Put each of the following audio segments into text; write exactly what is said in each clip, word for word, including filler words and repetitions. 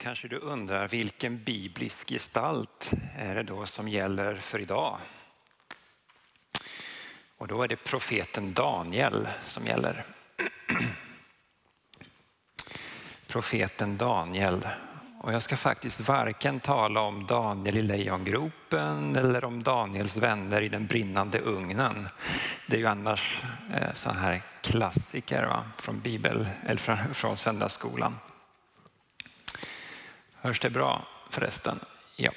Kanske du undrar vilken biblisk gestalt är det då som gäller för idag? Och då är det profeten Daniel som gäller. Profeten Daniel. Och jag ska faktiskt varken tala om Daniel i lejongropen eller om Daniels vänner i den brinnande ugnen. Det är ju annars eh, sån här klassiker va? Från Bibel eller från, från söndagsskolan. Hörs det bra förresten? Ja.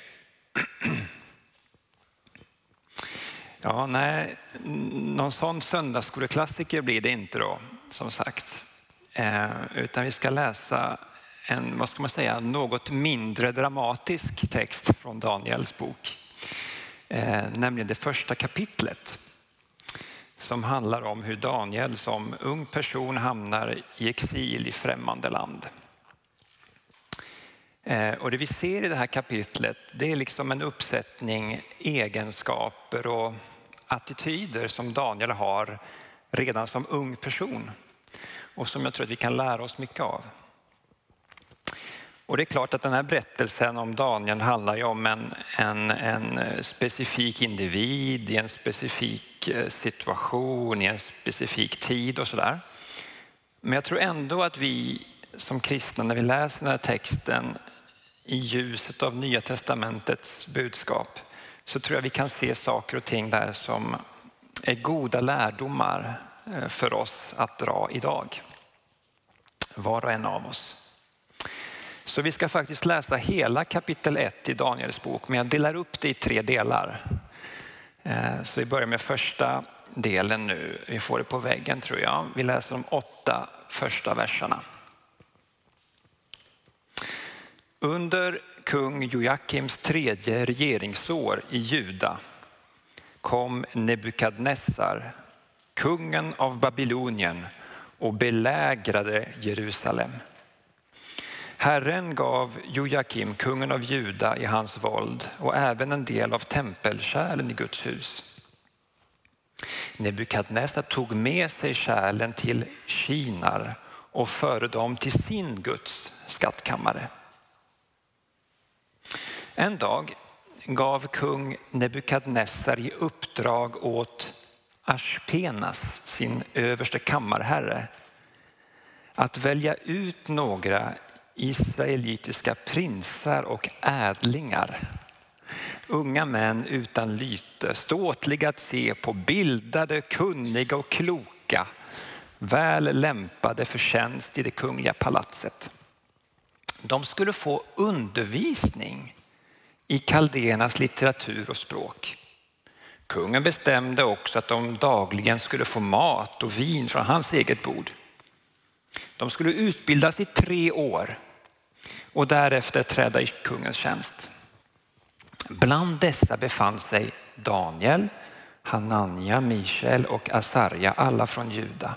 Ja, nej, någon sån söndagsskoleklassiker blir det inte då, som sagt. Eh, utan vi ska läsa en, vad ska man säga, något mindre dramatisk text från Daniels bok. Eh, nämligen det första kapitlet. Som handlar om hur Daniel som ung person hamnar i exil i främmande land. Och det vi ser i det här kapitlet, det är liksom en uppsättning egenskaper och attityder som Daniel har redan som ung person. Och som jag tror att vi kan lära oss mycket av. Och det är klart att den här berättelsen om Daniel handlar ju om en, en, en specifik individ i en specifik situation, i en specifik tid och sådär. Men jag tror ändå att vi som kristna när vi läser den här texten i ljuset av Nya testamentets budskap så tror jag vi kan se saker och ting där som är goda lärdomar för oss att dra idag. Var och en av oss. Så vi ska faktiskt läsa hela kapitel ett i Daniels bok, men jag delar upp det i tre delar. Så vi börjar med första delen nu. Vi får det på väggen tror jag. Vi läser de åtta första verserna. Under kung Joakims tredje regeringsår i Juda kom Nebukadnessar, kungen av Babylonien, och belägrade Jerusalem. Herren gav Joakim, kungen av Juda, i hans våld och även en del av tempelkärlen i Guds hus. Nebukadnessar tog med sig kärlen till Shinar och förde dem till sin Guds skattkammare. En dag gav kung Nebukadnessar i uppdrag åt Ashpenas, sin överste kammarherre, att välja ut några israelitiska prinsar och ädlingar. Unga män utan lyte, ståtliga att se på, bildade, kunniga och kloka, väl lämpade för tjänst i det kungliga palatset. De skulle få undervisning i kaldéernas litteratur och språk. Kungen bestämde också att de dagligen skulle få mat och vin från hans eget bord. De skulle utbildas i tre år och därefter träda i kungens tjänst. Bland dessa befann sig Daniel, Hanania, Mishael och Asarja, alla från Juda.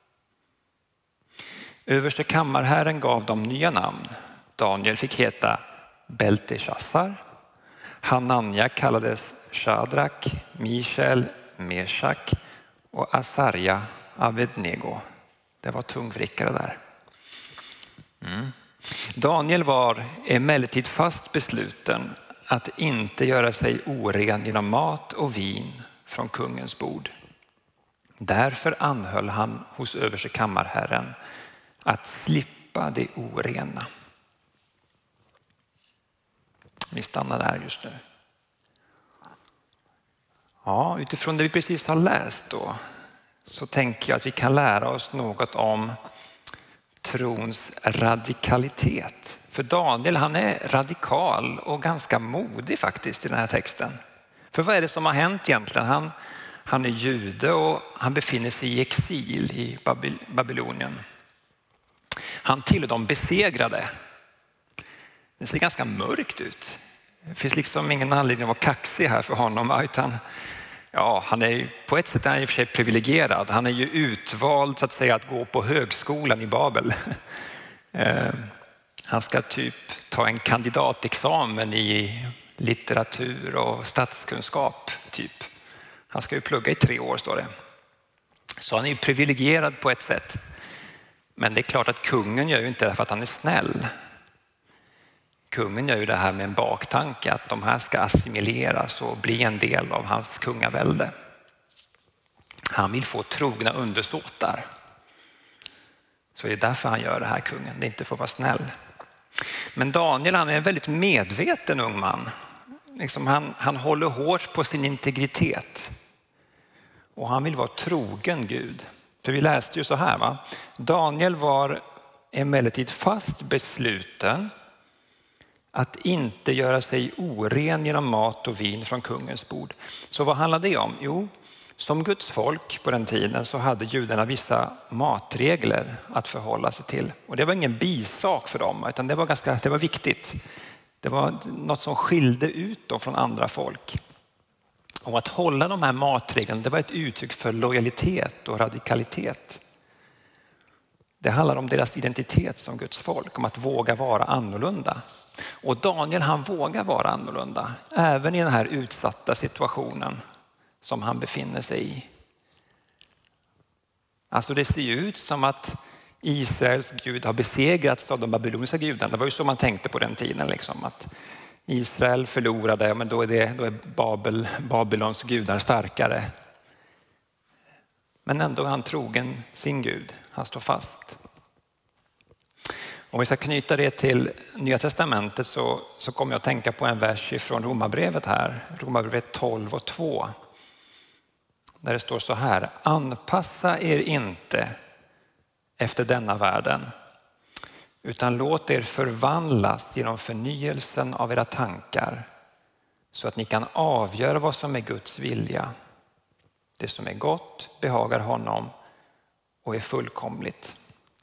Överste kammarherren gav dem nya namn. Daniel fick heta Belteshazzar. Hanania kallades Shadrak, Mishael, Meshach och Asarja Abednego. Det var tungvrickare där. Mm. Daniel var emellertid fast besluten att inte göra sig oren genom mat och vin från kungens bord. Därför anhöll han hos överste kammarherren att slippa det orena. Vi stannar där just nu. Ja, utifrån det vi precis har läst då, så tänker jag att vi kan lära oss något om trons radikalitet. För Daniel, han är radikal och ganska modig faktiskt i den här texten. För vad är det som har hänt egentligen? Han, han är jude och han befinner sig i exil i Babyl- Babylonien. Han tillhör de besegrade. Det ser ganska mörkt ut. Det finns liksom ingen anledning att vara kaxig här för honom, utan ja, han är på ett sätt är han i och för sig privilegierad. Han är ju utvald så att säga att gå på högskolan i Babel. Han ska typ ta en kandidatexamen i litteratur och statskunskap typ. Han ska ju plugga i tre år står det. Så han är ju privilegierad på ett sätt. Men det är klart att kungen gör ju inte det för att han är snäll. kungen gör ju det här med en baktanke att de här ska assimileras och bli en del av hans kungavälde. Han vill få trogna undersåtar. Så det är därför han gör det här, kungen. Det är inte för att vara snäll. Men Daniel, han är en väldigt medveten ung man. Liksom han, han håller hårt på sin integritet. Och han vill vara trogen Gud. För vi läste ju så här, va? Daniel var emellertid fast besluten att inte göra sig oren genom mat och vin från kungens bord. Så vad handlade det om? Jo, som Guds folk på den tiden så hade judarna vissa matregler att förhålla sig till. Och det var ingen bisak för dem, utan det var, ganska, det var viktigt. Det var något som skilde ut dem från andra folk. Och att hålla de här matreglerna, det var ett uttryck för lojalitet och radikalitet. Det handlar om deras identitet som Guds folk, om att våga vara annorlunda. Och Daniel, han vågar vara annorlunda, även i den här utsatta situationen som han befinner sig i. Alltså det ser ju ut som att Israels Gud har besegrats av de babyloniska gudarna. Det var ju så man tänkte på den tiden, liksom, att Israel förlorade, men då är, det, då är Babel, Babylons gudar starkare. Men ändå är han trogen sin Gud. Han står fast. Om vi ska knyta det till Nya testamentet så, så kommer jag att tänka på en vers från Romarbrevet här. Romarbrevet tolv och två. Där det står så här: anpassa er inte efter denna världen, utan låt er förvandlas genom förnyelsen av era tankar, så att ni kan avgöra vad som är Guds vilja. Det som är gott behagar honom och är fullkomligt.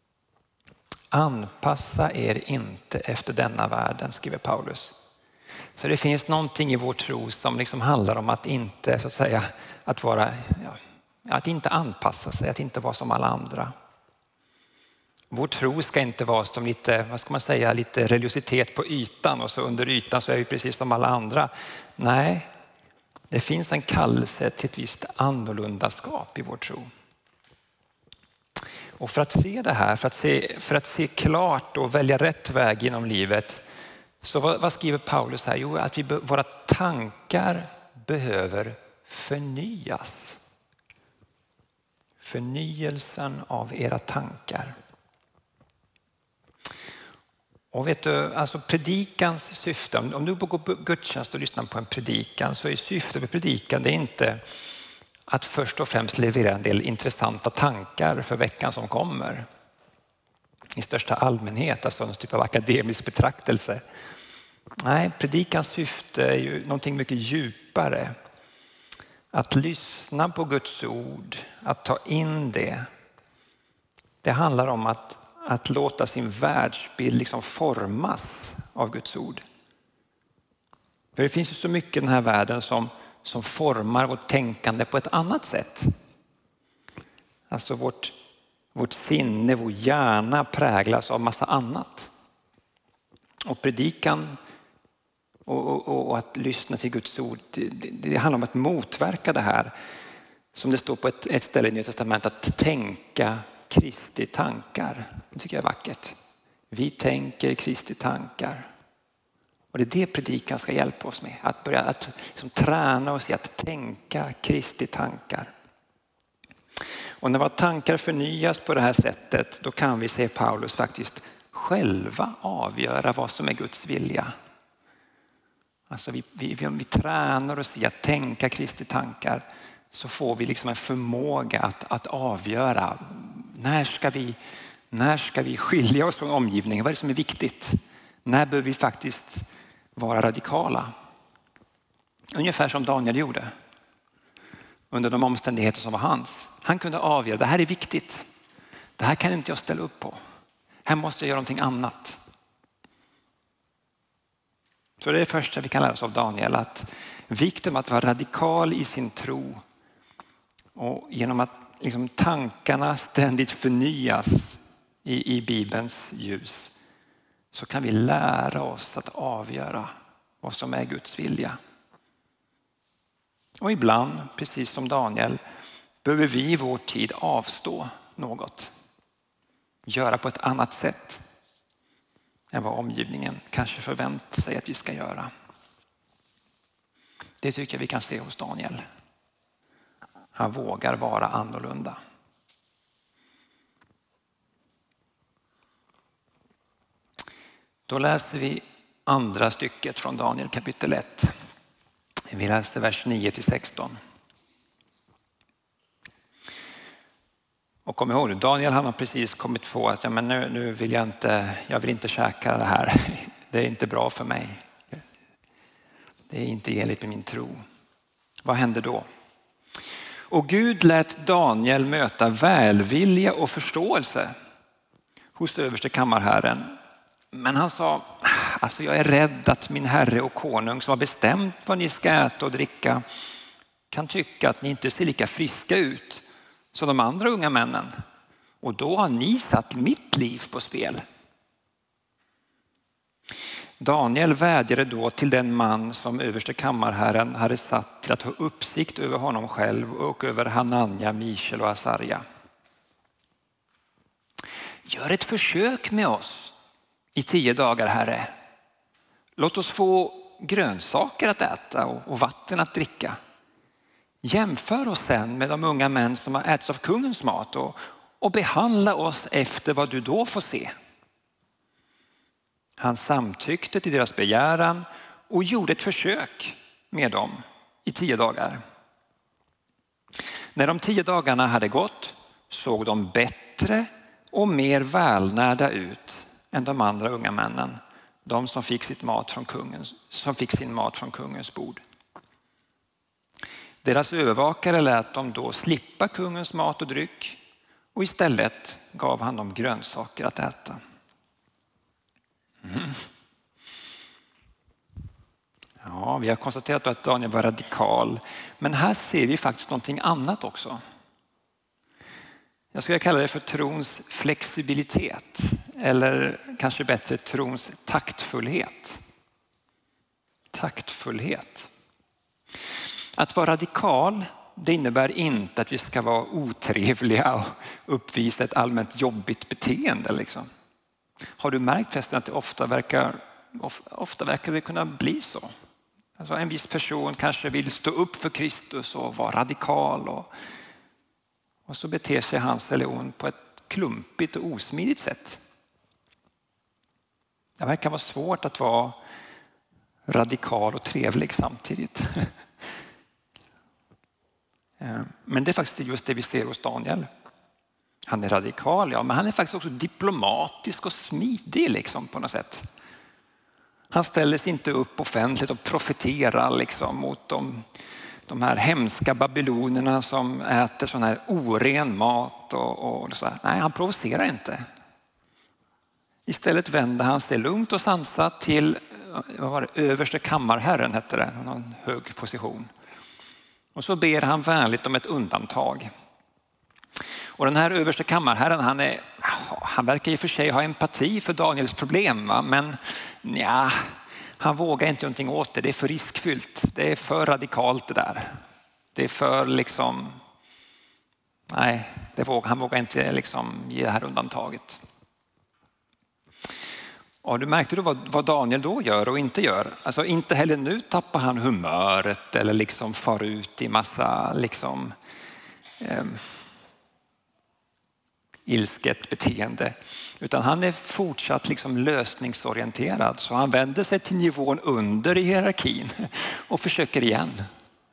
Anpassa er inte efter denna världen, skriver Paulus. Så det finns någonting i vår tro som liksom handlar om att inte, så att säga, att vara, ja, att inte anpassa sig, att inte vara som alla andra. Vår tro ska inte vara som lite, vad ska man säga, lite religiositet på ytan, och så under ytan så är vi precis som alla andra. Nej, det finns en kallelse till ett visst annorlundaskap i vår tro. Och för att se det här, för att se, för att se klart och välja rätt väg genom livet, så vad, vad skriver Paulus här? Jo, att vi, våra tankar behöver förnyas. Förnyelsen av era tankar. Och vet du, alltså predikans syfte, om du går på gudstjänst och lyssnar på en predikan, så är syftet med predikan det är inte att först och främst leverera en del intressanta tankar för veckan som kommer. I största allmänhet, alltså en typ av akademisk betraktelse. Nej, predikans syfte är ju någonting mycket djupare. Att lyssna på Guds ord, att ta in det. Det handlar om att, att låta sin världsbild liksom formas av Guds ord. För det finns ju så mycket i den här världen som, som formar vårt tänkande på ett annat sätt. Alltså vårt, vårt sinne, vår hjärna präglas av massa annat. Och predikan och, och, och att lyssna till Guds ord, det, det, det handlar om att motverka det här. Som det står på ett, ett ställe i Nya testamentet, att tänka Kristi tankar. Det tycker jag är vackert. Vi tänker Kristi tankar. Och det är det predikan ska hjälpa oss med. Att börja att liksom träna oss i att tänka Kristi tankar. Och när våra tankar förnyas på det här sättet, då kan vi, se Paulus, faktiskt själva avgöra vad som är Guds vilja. Alltså vi, vi, om vi tränar oss i att tänka Kristi tankar, så får vi liksom en förmåga att, att avgöra när ska, vi, när ska vi skilja oss från omgivningen. Vad är det som är viktigt? När bör vi faktiskt vara radikala? Ungefär som Daniel gjorde under de omständigheter som var hans. Han kunde avgöra, det här är viktigt. Det här kan inte jag ställa upp på. Här måste jag göra någonting annat. Så det är det första vi kan lära oss av Daniel. Att vikten av att vara radikal i sin tro. Och genom att liksom tankarna ständigt förnyas i, i Bibelns ljus, så kan vi lära oss att avgöra vad som är Guds vilja. Och ibland, precis som Daniel, behöver vi i vår tid avstå något. Göra på ett annat sätt. än vad omgivningen kanske förväntar sig att vi ska göra. Det tycker jag vi kan se hos Daniel. Han vågar vara annorlunda. Då läser vi andra stycket från Daniel kapitel ett. Vi läser vers nio till sexton. Och kom ihåg, Daniel han har precis kommit på att ja, men nu, nu vill jag inte, jag vill inte käka det här. Det är inte bra för mig. Det är inte enligt med min tro. Vad hände då? Och Gud lät Daniel möta välvilja och förståelse hos överste kammarherren. Men han sa, alltså jag är rädd att min herre och konung som har bestämt vad ni ska äta och dricka kan tycka att ni inte ser lika friska ut som de andra unga männen. Och då har ni satt mitt liv på spel. Daniel vädjade då till den man som överste kammarherren hade satt till att ha uppsikt över honom själv och över Hananja, Mishael och Asarja. Gör ett försök med oss i tio dagar, herre. Låt oss få grönsaker att äta och vatten att dricka. Jämför oss sen med de unga män som har ätit av kungens mat och, och behandla oss efter vad du då får se. Han samtyckte till deras begäran och gjorde ett försök med dem i tio dagar. När de tio dagarna hade gått såg de bättre och mer välnärda ut än de andra unga männen. De som fick, sitt mat från kungens, som fick sin mat från kungens bord. Deras övervakare lät dem då slippa kungens mat och dryck och istället gav han dem grönsaker att äta. Mm. Ja, vi har konstaterat att Daniel var radikal, men här ser vi faktiskt någonting annat också. Jag skulle kalla det för trons flexibilitet eller kanske bättre trons taktfullhet. Taktfullhet. Att vara radikal, det innebär inte att vi ska vara otrevliga och uppvisa ett allmänt jobbigt beteende. Liksom. Har du märkt förresten att det ofta verkar, ofta verkar det kunna bli så? Alltså en viss person kanske vill stå upp för Kristus och vara radikal och, och så beter sig hans eller hon på ett klumpigt och osmidigt sätt. Det verkar vara svårt att vara radikal och trevlig samtidigt. Men det är faktiskt just det vi ser hos Daniel. Han är radikal, ja, men han är faktiskt också diplomatisk och smidig liksom, på något sätt. Han ställer sig inte upp offentligt och profeterar liksom, mot de, de här hemska babylonerna som äter sån här oren mat. Och, och så här. Nej, han provocerar inte. Istället vänder han sig lugnt och sansat till vad var det, överste kammarherren, hette det, någon hög position. Och så ber han vänligt om ett undantag. Och den här överste kammarherren, han, är, han verkar i och för sig ha empati för Daniels problem. Va? Men ja, han vågar inte någonting åt det. Det är för riskfyllt. Det är för radikalt det där. Det är för liksom... Nej, det vågar, han vågar inte liksom ge det här undantaget. Och du märkte då vad, vad Daniel då gör och inte gör. Alltså inte heller nu tappar han humöret eller liksom far ut i massa liksom... Eh, ilsket beteende, utan han är fortsatt liksom lösningsorienterad, så han vänder sig till nivån under i hierarkin och försöker igen.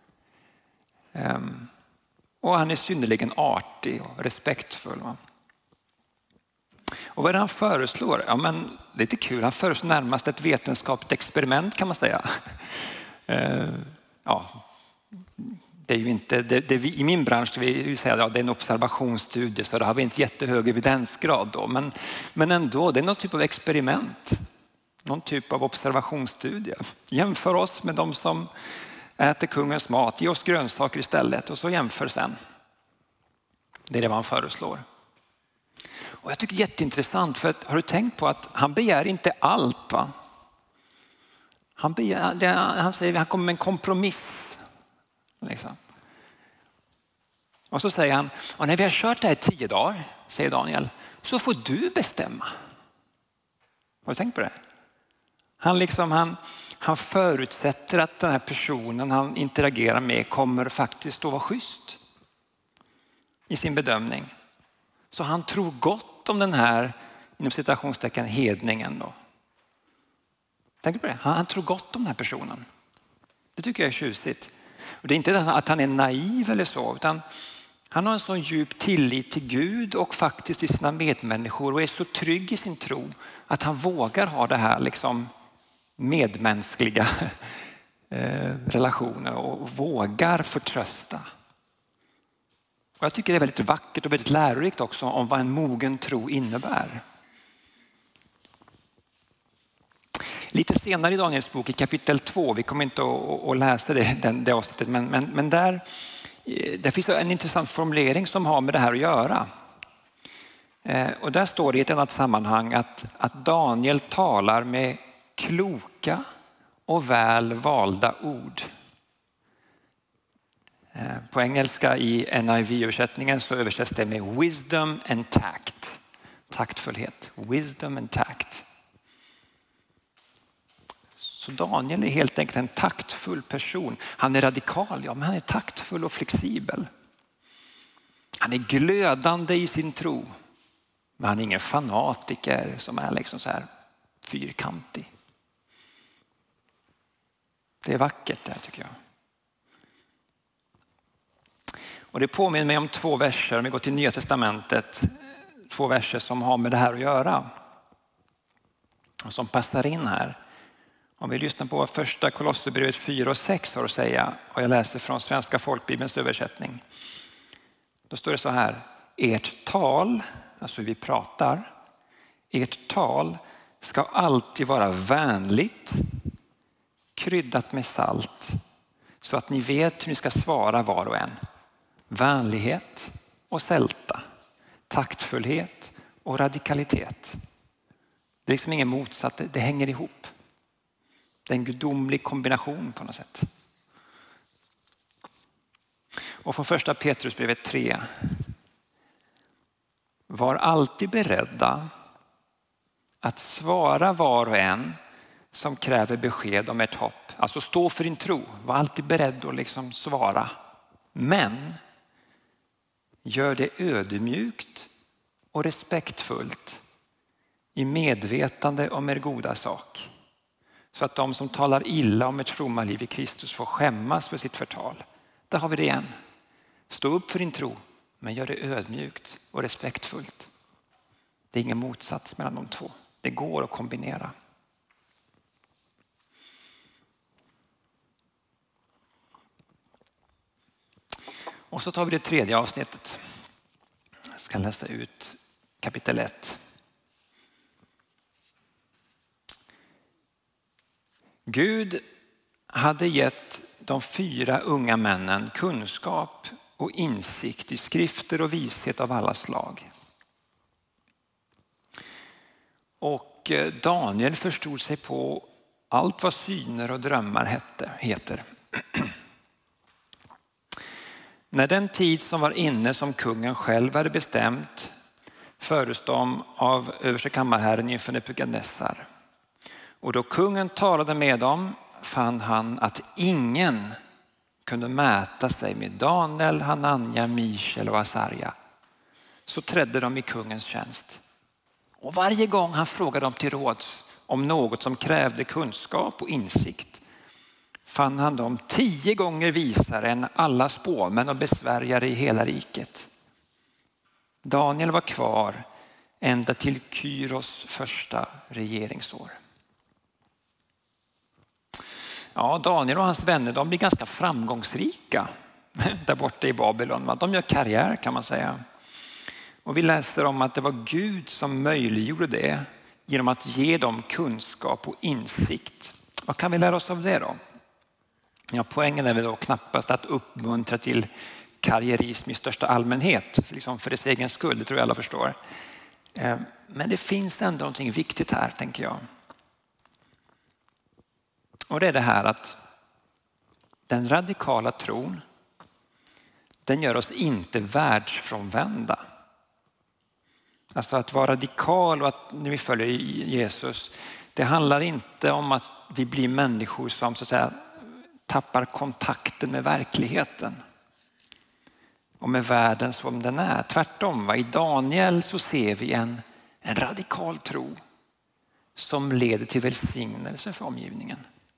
Um, och han är synnerligen artig och respektfull. Va? Och vad är det han föreslår? Ja, men lite kul, han föreslår närmast ett vetenskapligt experiment kan man säga. Uh, ja. Det är ju inte, det, det vi, i min bransch vi vill säga att ja, det är en observationsstudie, så det har vi inte jättehög evidensgrad då. Men, men ändå, det är någon typ av experiment. Någon typ av observationsstudie. Jämför oss med de som äter kungens mat. Ge oss grönsaker istället och så jämför sen. Det är det man föreslår. Och jag tycker det är jätteintressant, för att, har du tänkt på att han begär inte allt, va? Han, begär, det, han säger att han kommer med en kompromiss. Liksom. Och så säger han, och när vi har kört det här tio dagar, säger Daniel, så får du bestämma. Har du tänkt på det? Han, liksom, han, han förutsätter att den här personen han interagerar med kommer faktiskt att vara schysst i sin bedömning. Så han tror gott om den här, inom citationstecken, hedningen då. Tänk på det. Han, han tror gott om den här personen. Det tycker jag är tjusigt. Och det är inte att han är naiv eller så, utan han har en sån djup tillit till Gud och faktiskt till sina medmänniskor och är så trygg i sin tro att han vågar ha det här liksom medmänskliga eh, relationer och vågar förtrösta. Och jag tycker det är väldigt vackert och väldigt lärorikt också om vad en mogen tro innebär. Lite senare i Daniels bok i kapitel två, vi kommer inte att, att läsa det, den, det avsnittet, men, men, men där, där finns en intressant formulering som har med det här att göra. Eh, och där står det i ett annat sammanhang att, att Daniel talar med kloka och väl valda ord. Eh, på engelska i N I V-översättningen så översätts det med wisdom and tact. Taktfullhet. Wisdom and tact. Så Daniel är helt enkelt en taktfull person. Han är radikal, ja, men han är taktfull och flexibel. Han är glödande i sin tro. Men han är ingen fanatiker som är liksom så här fyrkantig. Det är vackert det här, tycker jag. Och det påminner mig om två verser, om vi går till Nya testamentet. Två verser som har med det här att göra. Och som passar in här. Om vi lyssnar på första Kolosserbrevet fyra och sex har att säga, och jag läser från Svenska folkbibelns översättning. Då står det så här: ert tal, alltså vi pratar, ert tal ska alltid vara vänligt, kryddat med salt, så att ni vet hur ni ska svara var och en. Vänlighet och sälta, taktfullhet och radikalitet. Det är liksom ingen motsatt, det, det hänger ihop. Det är en gudomlig kombination på något sätt. Och från första Petrusbrevet tre. Var alltid beredda att svara var och en som kräver besked om ert hopp. Alltså stå för din tro. Var alltid beredd att liksom svara. Men gör det ödmjukt och respektfullt i medvetande om er goda sak. Så att de som talar illa om ett fromma liv i Kristus får skämmas för sitt förtal. Där har vi det igen. Stå upp för din tro, men gör det ödmjukt och respektfullt. Det är ingen motsats mellan de två. Det går att kombinera. Och så tar vi det tredje avsnittet. Jag ska läsa ut kapitel ett. Gud hade gett de fyra unga männen kunskap och insikt i skrifter och vishet av alla slag. Och Daniel förstod sig på allt vad syner och drömmar hette, heter. När den tid som var inne som kungen själv hade bestämt fördes de av överste kammarherren inför Nebukadnessar. Och då kungen talade med dem fann han att ingen kunde mäta sig med Daniel, Hananja, Mishael och Asarja. Så trädde de i kungens tjänst. Och varje gång han frågade dem till råds om något som krävde kunskap och insikt fann han dem tio gånger visare än alla spåmän och besvärjare i hela riket. Daniel var kvar ända till Kyros första regeringsår. Ja, Daniel och hans vänner, de blir ganska framgångsrika där borta i Babylon. De gör karriär, kan man säga. Och vi läser om att det var Gud som möjliggjorde det genom att ge dem kunskap och insikt. Vad kan vi lära oss av det då? Ja, poängen är väl då knappast att uppmuntra till karriärism i största allmänhet, liksom för dess egen skull, det tror jag alla förstår. Men det finns ändå någonting viktigt här, tänker jag. Och det är det här att den radikala tron, den gör oss inte världsfrånvända. Alltså att vara radikal och att när vi följer Jesus, det handlar inte om att vi blir människor som så att säga tappar kontakten med verkligheten och med världen som den är. Tvärtom, va? I Daniel så ser vi en, en radikal tro som leder till välsignelse för omgivningen.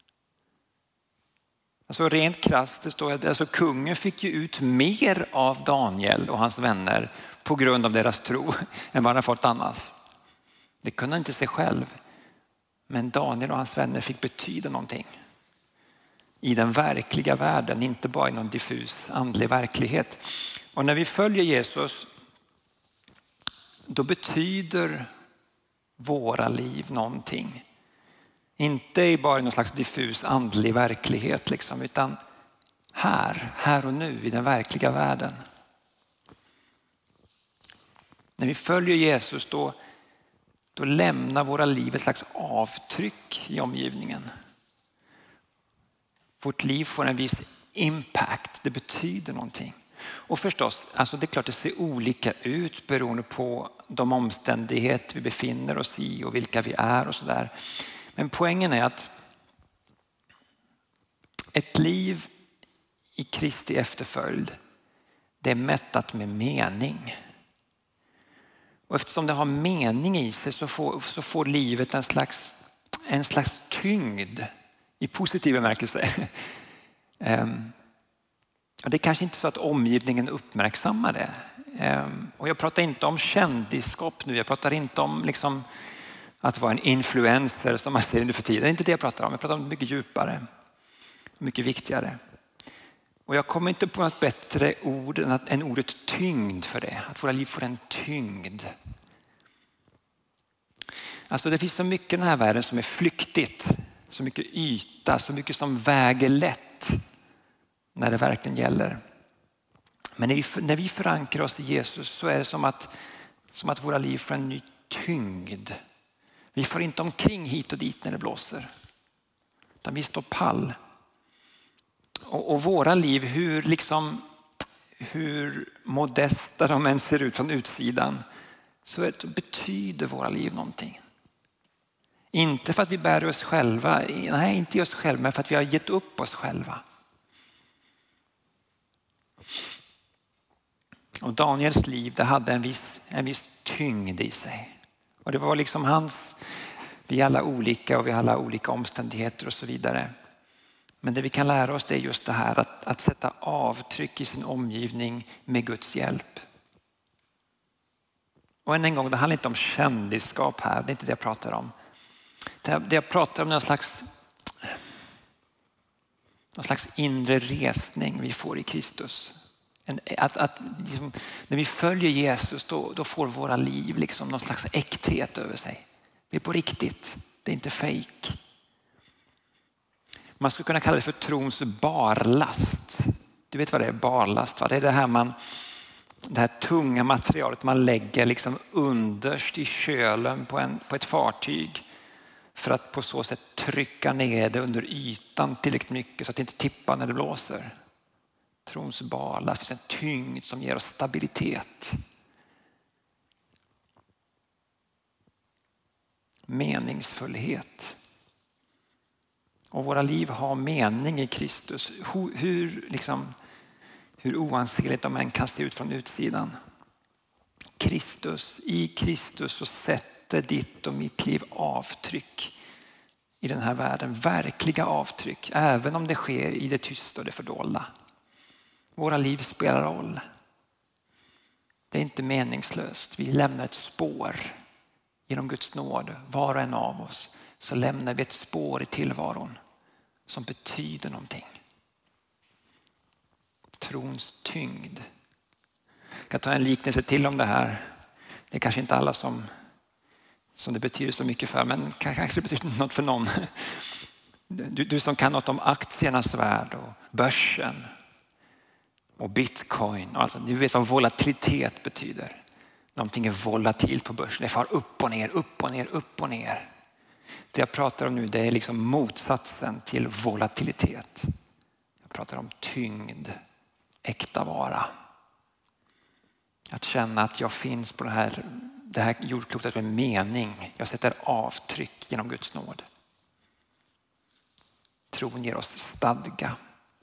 Alltså rent krasst, det står att alltså kungen fick ju ut mer av Daniel och hans vänner på grund av deras tro än vad han har fått annars. Det kunde inte sig själv. Men Daniel och hans vänner fick betyda någonting i den verkliga världen, inte bara i någon diffus andlig verklighet. Och när vi följer Jesus, då betyder våra liv någonting. Inte bara i någon slags diffus andlig verklighet liksom, utan här, här och nu i den verkliga världen. När vi följer Jesus då, då lämnar våra liv ett slags avtryck i omgivningen. Vårt liv får en viss impact, det betyder någonting. Och förstås, alltså det är klart det ser olika ut beroende på de omständigheter vi befinner oss i och vilka vi är och sådär. Men poängen är att ett liv i Kristi efterföljd, det är mättat med mening. Och eftersom det har mening i sig så får, så får livet en slags, en slags tyngd i positiv bemärkelse. Um, och det är kanske inte så att omgivningen uppmärksammar det. Um, och jag pratar inte om kändisskap nu, jag pratar inte om liksom att vara en influencer som man ser nu för tiden. Det är inte det jag pratar om, jag pratar om mycket djupare, mycket viktigare. Och jag kommer inte på något bättre ord än, att, än ordet tyngd för det. Att våra liv får en tyngd. Alltså det finns så mycket i den här världen som är flyktigt. Så mycket yta, så mycket som väger lätt när det verkligen gäller. Men när vi, när vi förankrar oss i Jesus så är det som att, som att våra liv får en ny tyngd. Vi får inte omkring hit och dit när det blåser. Utan vi står pall. Och, och våra liv, hur, liksom, hur modesta de än ser ut från utsidan, så är det, betyder våra liv någonting. Inte för att vi bär oss själva, nej inte i oss själva, men för att vi har gett upp oss själva. Och Daniels liv, det hade en viss, en viss tyngd i sig. Och det var liksom hans, vi är alla olika och vi har alla olika omständigheter och så vidare. Men det vi kan lära oss det är just det här att, att sätta avtryck i sin omgivning med Guds hjälp. Och än en gång, det handlar inte om kändisskap här, det är inte det jag pratar om. Det jag pratar om är någon slags, någon slags inre resning vi får i Kristus. En, att, att, liksom, när vi följer Jesus då, då får våra liv liksom någon slags äkthet över sig. Det är på riktigt, det är inte fake. Man skulle kunna kalla det för trons barlast. Du vet vad det är, barlast? Va? Det är det här, man, det här tunga materialet man lägger liksom underst i kölen på, en, på ett fartyg. För att på så sätt trycka ner det under ytan tillräckligt mycket så att det inte tippar när det blåser. Trons barlast, det finns en tyngd som ger oss stabilitet. Meningsfullhet. Och våra liv har mening i Kristus. Hur, hur, liksom, hur oansenligt de än kan se ut från utsidan. Kristus, i Kristus så sätter ditt och mitt liv avtryck i den här världen. Verkliga avtryck, även om det sker i det tysta och det fördolda. Våra liv spelar roll. Det är inte meningslöst. Vi lämnar ett spår genom Guds nåd. Var och en av oss så lämnar vi ett spår i tillvaron som betyder någonting. Trons tyngd. Jag kan ta en liknelse till om det här. Det är kanske inte alla som, som det betyder så mycket för, men kanske betyder något för någon. Du, du som kan något om aktiernas värld och börsen och bitcoin. Alltså, du vet vad volatilitet betyder. Någonting är volatilt på börsen. Det far upp och ner, upp och ner, upp och ner. Det jag pratar om nu, det är liksom motsatsen till volatilitet. Jag pratar om tyngd, äkta vara. Att känna att jag finns på den här det här jordklotet med mening. Jag sätter avtryck genom Guds nåd. Tron ger oss stadga.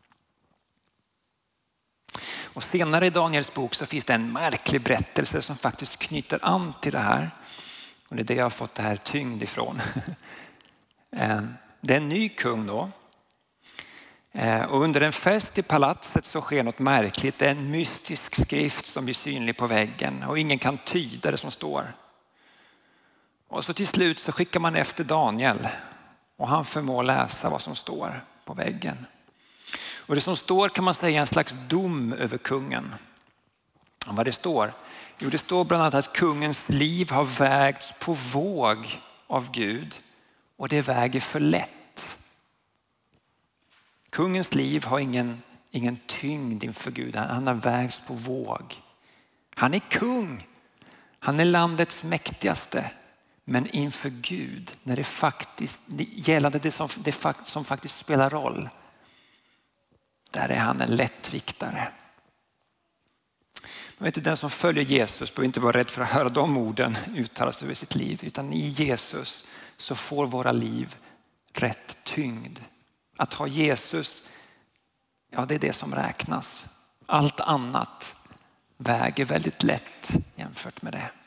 Och senare i Daniels bok så finns det en märklig berättelse som faktiskt knyter an till det här. Och det är det jag har fått det här tyngd ifrån. Det är en ny kung då. Och under en fest i palatset så sker något märkligt. Det är en mystisk skrift som blir synlig på väggen och ingen kan tyda det som står. Och så till slut så skickar man efter Daniel och han förmår läsa vad som står på väggen. Och det som står kan man säga är en slags dom över kungen. Och vad det står? Jo, det står bland annat att kungens liv har vägts på våg av Gud och det väger för lätt. Kungens liv har ingen, ingen tyngd inför Gud. Han har vägts på våg. Han är kung. Han är landets mäktigaste. Men inför Gud, när det faktiskt gällande det som, det som faktiskt spelar roll, där är han en lättviktare. Man vet inte, den som följer Jesus behöver inte vara rädd för att höra de orden uttalas över sitt liv. Utan i Jesus så får våra liv rätt tyngd. Att ha Jesus, ja det är det som räknas. Allt annat väger väldigt lätt jämfört med det.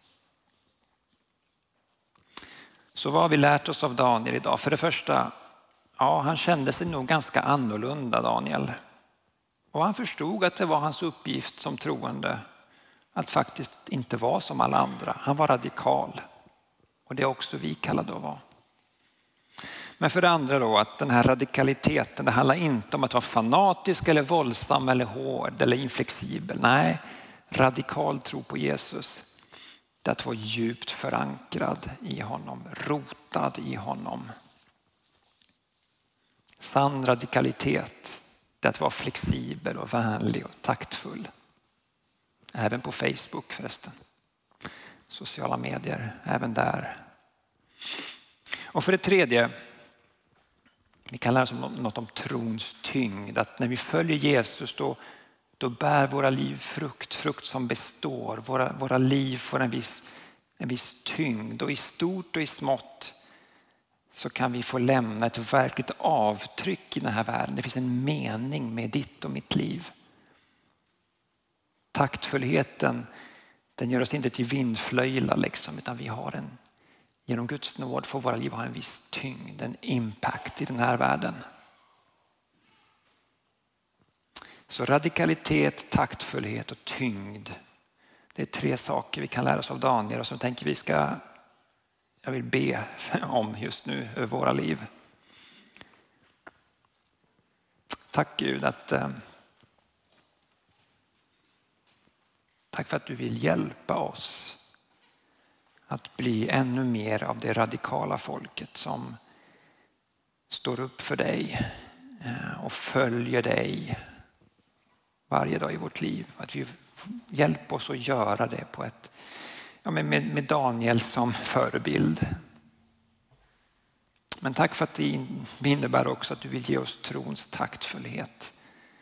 Så vad har vi lärt oss av Daniel idag? För det första, ja han kände sig nog ganska annorlunda Daniel. Och han förstod att det var hans uppgift som troende att faktiskt inte vara som alla andra. Han var radikal. Och det är också vi kallade att vara. Men för det andra då att den här radikaliteten, det handlar inte om att vara fanatisk eller våldsam eller hård eller inflexibel. Nej, radikal tro på Jesus. Det är att vara djupt förankrad i honom, rotad i honom. Sann radikalitet, det är att vara flexibel och vänlig och taktfull. Även på Facebook förresten. Sociala medier, även där. Och för det tredje, vi kan lära oss något om trons tyngd. Att när vi följer Jesus då, då bär våra liv frukt, frukt som består. Våra, våra liv får en viss, en viss tyngd och i stort och i smått så kan vi få lämna ett verkligt avtryck i den här världen. Det finns en mening med ditt och mitt liv. Taktfullheten, den gör oss inte till vindflöjlar liksom, utan vi har en, genom Guds nåd får våra liv ha en viss tyngd, en impact i den här världen. Så radikalitet, taktfullhet och tyngd. Det är tre saker vi kan lära oss av Daniel och som tänker vi ska, jag vill be om just nu över våra liv. Tack Gud att eh, tack för att du vill hjälpa oss att bli ännu mer av det radikala folket som står upp för dig och följer dig varje dag i vårt liv. Att vi hjälper oss att göra det på ett, ja, med, med Daniel som förebild. Men tack för att det innebär också att du vill ge oss trons taktfullhet.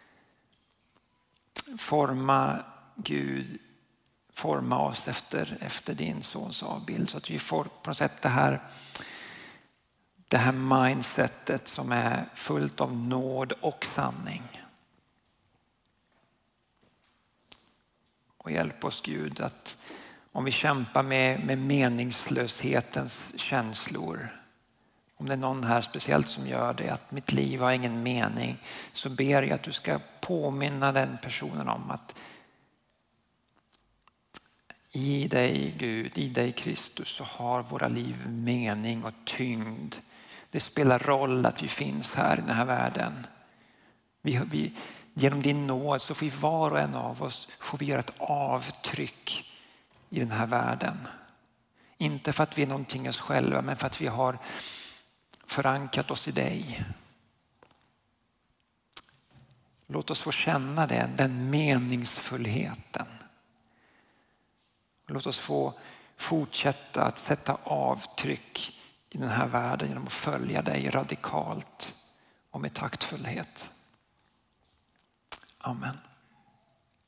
Forma Gud, forma oss efter, efter din sons avbild så att vi får på något sätt det här, det här mindsetet som är fullt av nåd och sanning. Och hjälp oss Gud att om vi kämpar med, med meningslöshetens känslor, om det är någon här speciellt som gör det, att mitt liv har ingen mening, så ber jag att du ska påminna den personen om att i dig Gud, i dig Kristus så har våra liv mening och tyngd. Det spelar roll att vi finns här i den här världen. Vi, vi, genom din nåd så får vi var och en av oss får vi göra ett avtryck i den här världen. Inte för att vi är någonting oss själva, men för att vi har förankrat oss i dig. Låt oss få känna den, den meningsfullheten. Låt oss få fortsätta att sätta avtryck i den här världen genom att följa dig radikalt och med taktfullhet. Amen.